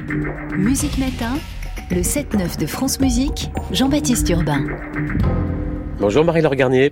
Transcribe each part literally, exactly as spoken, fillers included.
Musique Matin, le sept neuf de France Musique, Jean-Baptiste Urbain. Bonjour Marie-Laure Garnier.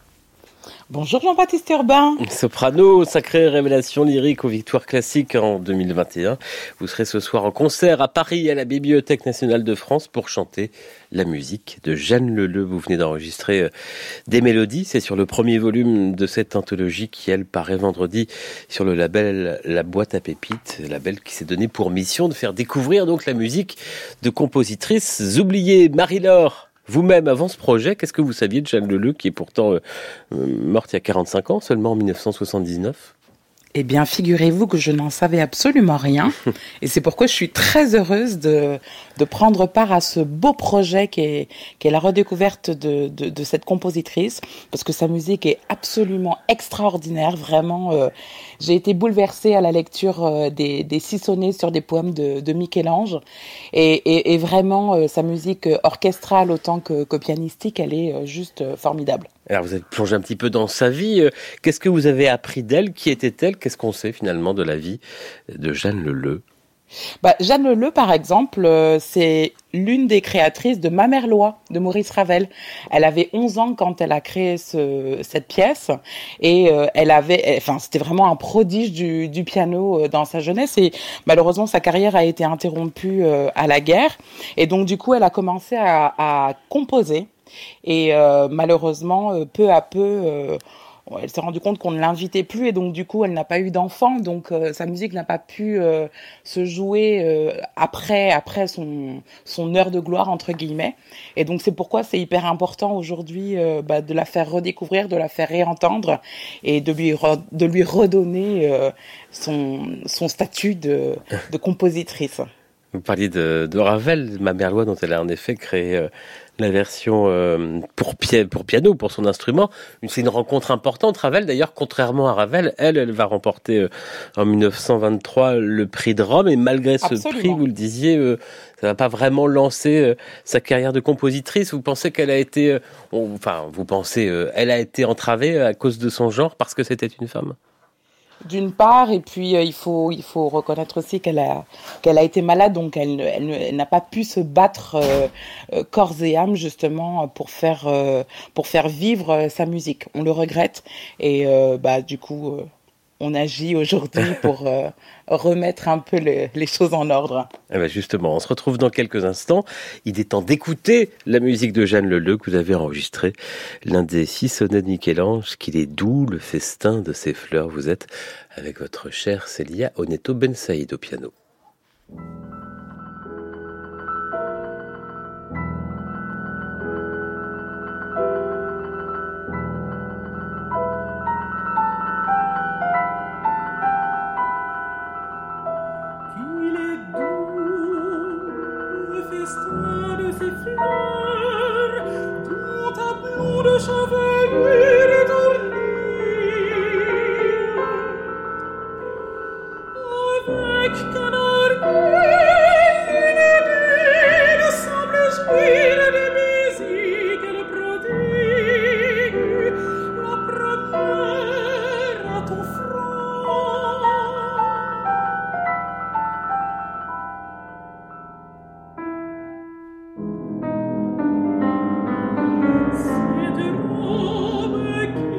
Bonjour Jean-Baptiste Urbain. Soprano, sacrée révélation lyrique aux victoires classiques en deux mille vingt et un. Vous serez ce soir en concert à Paris, à la Bibliothèque nationale de France, pour chanter la musique de Jeanne Leleu. Vous venez d'enregistrer des mélodies. C'est sur le premier volume de cette anthologie qui, elle, paraît vendredi sur le label La Boîte à Pépites, label qui s'est donné pour mission de faire découvrir donc la musique de compositrices oubliées. Marie-Laure, vous-même, avant ce projet, qu'est-ce que vous saviez de Jeanne Leleu, qui est pourtant euh, morte il y a quarante-cinq ans, seulement en dix-neuf cent soixante-dix-neuf ? Eh bien, figurez-vous que je n'en savais absolument rien. Et c'est pourquoi je suis très heureuse de, de prendre part à ce beau projet qui est, qui est la redécouverte de, de, de cette compositrice. Parce que sa musique est absolument extraordinaire. Vraiment, euh, j'ai été bouleversée à la lecture euh, des, des six sonnets sur des poèmes de, de Michel-Ange. Et, et, et vraiment, euh, sa musique orchestrale autant que, que pianistique, elle est euh, juste euh, formidable. Alors vous avez plongé un petit peu dans sa vie. Qu'est-ce que vous avez appris d'elle ? Qui était-elle ? Qu'est-ce qu'on sait finalement de la vie de Jeanne Leleu ? Bah, Jeanne Leleu, par exemple, euh, c'est l'une des créatrices de Ma Mère Loi de Maurice Ravel. Elle avait onze ans quand elle a créé ce, cette pièce et euh, elle avait, enfin, c'était vraiment un prodige du, du piano euh, dans sa jeunesse et malheureusement sa carrière a été interrompue euh, à la guerre et donc du coup elle a commencé à, à composer. Et euh, malheureusement, euh, peu à peu, euh, elle s'est rendue compte qu'on ne l'invitait plus et donc du coup, elle n'a pas eu d'enfant. Donc euh, sa musique n'a pas pu euh, se jouer euh, après, après son, son heure de gloire, entre guillemets. Et donc c'est pourquoi c'est hyper important aujourd'hui euh, bah, de la faire redécouvrir, de la faire réentendre et de lui, re, de lui redonner euh, son, son statut de, de compositrice. Vous parliez de, de Ravel, Ma Mère Loi, dont elle a en effet créé euh, la version euh, pour, pi- pour piano, pour son instrument. C'est une rencontre importante. Ravel, d'ailleurs, contrairement à Ravel, elle, elle va remporter euh, en dix-neuf cent vingt-trois le prix de Rome. Et malgré ce Absolument. prix, vous le disiez, euh, ça n'a pas vraiment lancé euh, sa carrière de compositrice. Vous pensez qu'elle a été... Euh, on, enfin, vous pensez... Euh, elle a été entravée à cause de son genre parce que c'était une femme ? D'une part, et puis euh, il faut il faut reconnaître aussi qu'elle a qu'elle a été malade, donc elle elle, elle n'a pas pu se battre euh, euh, corps et âme justement pour faire euh, pour faire vivre euh, sa musique. On le regrette et euh, bah du coup euh, on agit aujourd'hui pour euh, remettre un peu le, les choses en ordre. Eh ben justement, on se retrouve dans quelques instants. Il est temps d'écouter la musique de Jeanne Leleu que vous avez enregistrée, l'un des six sonnets de Michel-Ange, qu'il est doux, le festin de ses fleurs. Vous êtes avec votre chère Célia Oneto Ben Saïd au piano.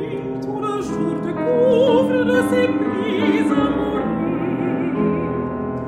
Ses prises amoureuses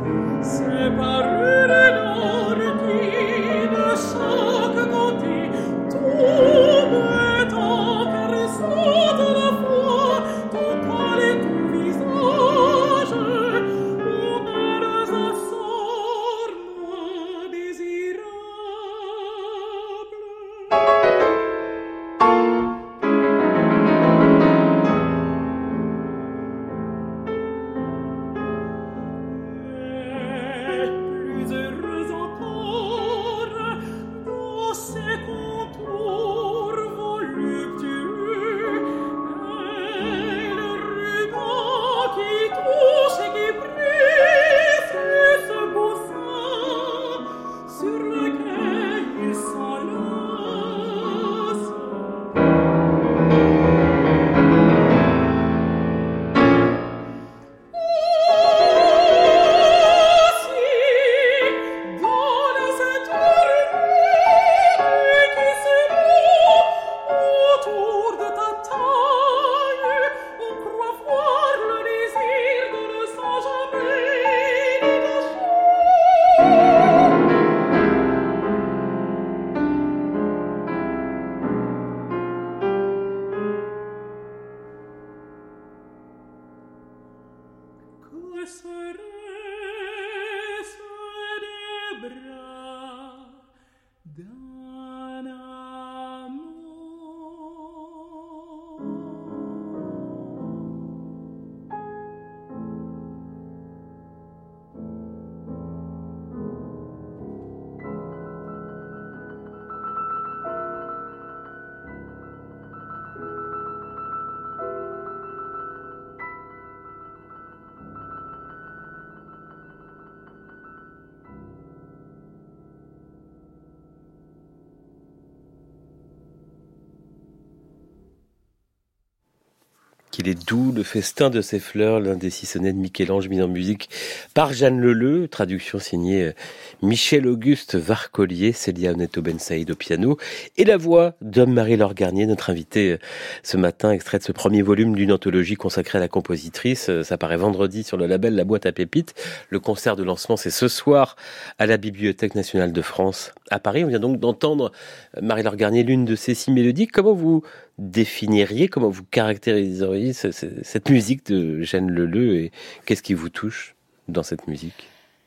Qu'il est doux, le festin de ces fleurs, l'un des six sonnets de Michel-Ange mis en musique par Jeanne Leleu, traduction signée Michel-Auguste Varcollier, Célia Oneto Ben Saïd au piano, et la voix d'Homme Marie-Laure Garnier, notre invitée ce matin, extrait de ce premier volume d'une anthologie consacrée à la compositrice. Ça paraît vendredi sur le label La Boîte à Pépites. Le concert de lancement, c'est ce soir à la Bibliothèque nationale de France à Paris. On vient donc d'entendre Marie-Laure Garnier, l'une de ces six mélodies. Comment vous définiriez, comment vous caractériseriez cette musique de Jeanne Leleu et qu'est-ce qui vous touche dans cette musique?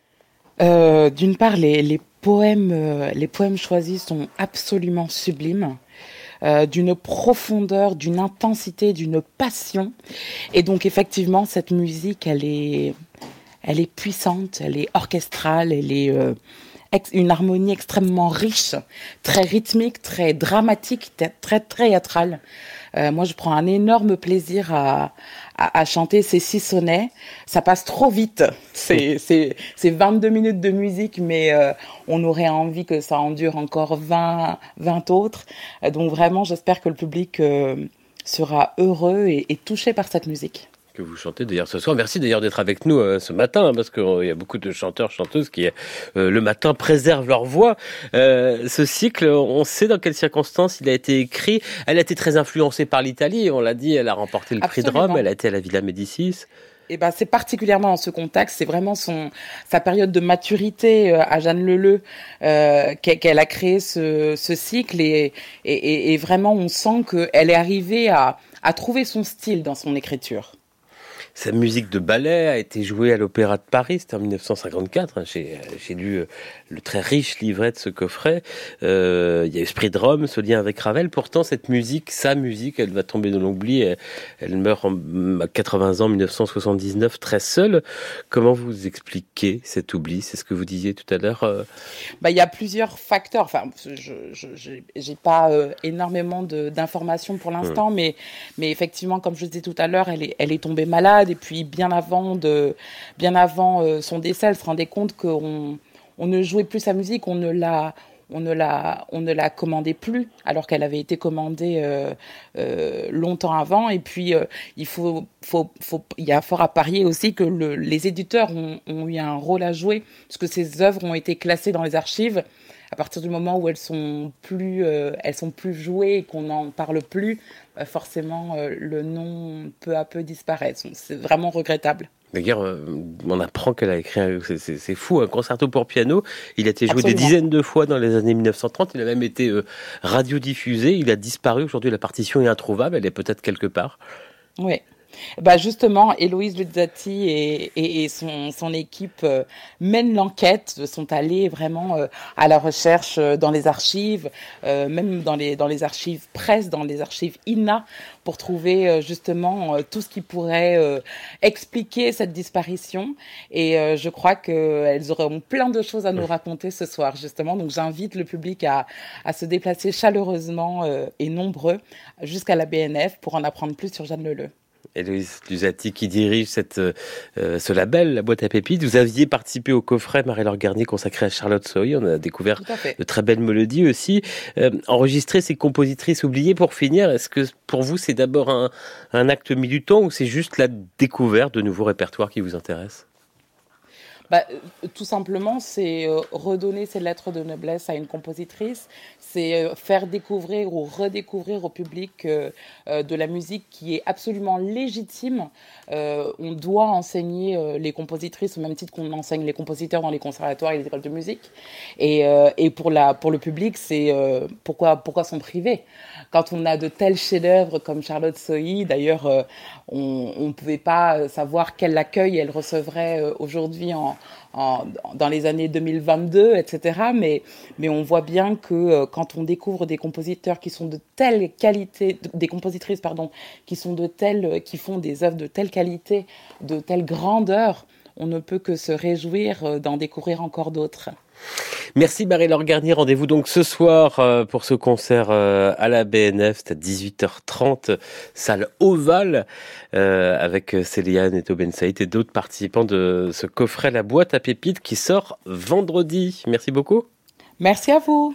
euh, D'une part, les, les poèmes, euh, les poèmes choisis sont absolument sublimes, euh, d'une profondeur, d'une intensité, d'une passion. Et donc effectivement, cette musique, elle est, elle est puissante, elle est orchestrale, elle est euh, une harmonie extrêmement riche, très rythmique, très dramatique, très théâtrale. Euh, moi, je prends un énorme plaisir à, à, à chanter ces six sonnets. Ça passe trop vite. C'est, c'est, c'est vingt-deux minutes de musique, mais euh, on aurait envie que ça en dure encore vingt, vingt autres. Euh, donc vraiment, j'espère que le public euh, sera heureux et, et touché par cette musique. Que vous chantez d'ailleurs ce soir. Merci d'ailleurs d'être avec nous euh, ce matin, hein, parce qu'il euh, y a beaucoup de chanteurs, chanteuses qui, euh, le matin, préservent leur voix. Euh, ce cycle, on sait dans quelles circonstances il a été écrit. Elle a été très influencée par l'Italie, on l'a dit, elle a remporté le Absolument. prix de Rome, elle a été à la Villa Médicis. Eh ben, c'est particulièrement dans ce contexte, c'est vraiment son, sa période de maturité euh, à Jeanne Leleu euh, qu'elle a créé ce, ce cycle et, et, et vraiment on sent qu'elle est arrivée à, à trouver son style dans son écriture. Sa musique de ballet a été jouée à l'Opéra de Paris, c'était en dix-neuf cent cinquante-quatre. Hein, j'ai, j'ai lu le très riche livret de ce coffret. Euh, il y a eu ce prix de Rome, ce lien avec Ravel. Pourtant, cette musique, sa musique, elle va tomber dans l'oubli. Elle, elle meurt en, à quatre-vingts ans, dix-neuf cent soixante-dix-neuf, très seule. Comment vous expliquez cet oubli? C'est ce que vous disiez tout à l'heure. Euh... Bah, il y a plusieurs facteurs. Enfin, je, je, j'ai, j'ai pas euh, énormément de, d'informations pour l'instant, hum. mais, mais effectivement, comme je disais tout à l'heure, elle est, elle est tombée malade. Et puis bien avant de, bien avant euh, son décès, elle se rendait compte qu'on on ne jouait plus sa musique, on ne la, on ne la, on ne la commandait plus, alors qu'elle avait été commandée euh, euh, longtemps avant. Et puis euh, il faut, faut, faut, il y a fort à parier aussi que le, les éditeurs ont, ont eu un rôle à jouer, parce que ces œuvres ont été classées dans les archives. À partir du moment où elles sont plus, euh, elles sont plus jouées et qu'on n'en parle plus, euh, forcément euh, le nom peu à peu disparaît. C'est vraiment regrettable. D'ailleurs, euh, on apprend qu'elle a écrit, un, c'est, c'est, c'est fou, un concerto pour piano. Il a été joué Absolument. des dizaines de fois dans les années dix-neuf cent trente. Il a même été euh, radiodiffusé. Il a disparu. Aujourd'hui, la partition est introuvable. Elle est peut-être quelque part. Oui. Bah justement, Héloïse Luzzati et, et, et son, son équipe euh, mènent l'enquête, sont allés vraiment euh, à la recherche euh, dans les archives, euh, même dans les, dans les archives presse, dans les archives I N A, pour trouver euh, justement euh, tout ce qui pourrait euh, expliquer cette disparition. Et euh, je crois qu'elles auront plein de choses à nous raconter ce soir, justement. Donc j'invite le public à, à se déplacer chaleureusement euh, et nombreux jusqu'à la B N F pour en apprendre plus sur Jeanne Leleu. Héloïse Luzzati qui dirige cette, euh, ce label, La Boîte à Pépites. Vous aviez participé au coffret Marie-Laure Garnier consacré à Charlotte Sohi. On a découvert de très belles mélodies aussi. Euh, enregistrer ces compositrices oubliées pour finir, est-ce que pour vous c'est d'abord un, un acte militant ou c'est juste la découverte de nouveaux répertoires qui vous intéressent? Bah, euh, tout simplement, c'est euh, redonner ces lettres de noblesse à une compositrice, c'est euh, faire découvrir ou redécouvrir au public euh, euh, de la musique qui est absolument légitime. Euh, on doit enseigner euh, les compositrices au même titre qu'on enseigne les compositeurs dans les conservatoires et les écoles de musique. Et, euh, et pour, la, pour le public, c'est euh, pourquoi, pourquoi s'en priver? Quand on a de tels chefs-d'œuvre comme Charlotte Sohi, d'ailleurs, euh, on ne pouvait pas savoir quel accueil elle recevrait euh, aujourd'hui en, en, dans les années deux mille vingt-deux, et cetera. Mais, mais on voit bien que euh, quand on découvre des compositeurs qui sont de telle qualité, des compositrices, pardon, qui sont de telles, qui font des œuvres de telle qualité, de telle grandeur, on ne peut que se réjouir euh, d'en découvrir encore d'autres. Merci Marie-Laure Garnier. Rendez-vous donc ce soir euh, pour ce concert euh, à la B N F. C'est à dix-huit heures trente, salle ovale, euh, avec Céliane et Tobin Saïd et d'autres participants de ce coffret La Boîte à Pépites qui sort vendredi. Merci beaucoup. Merci à vous.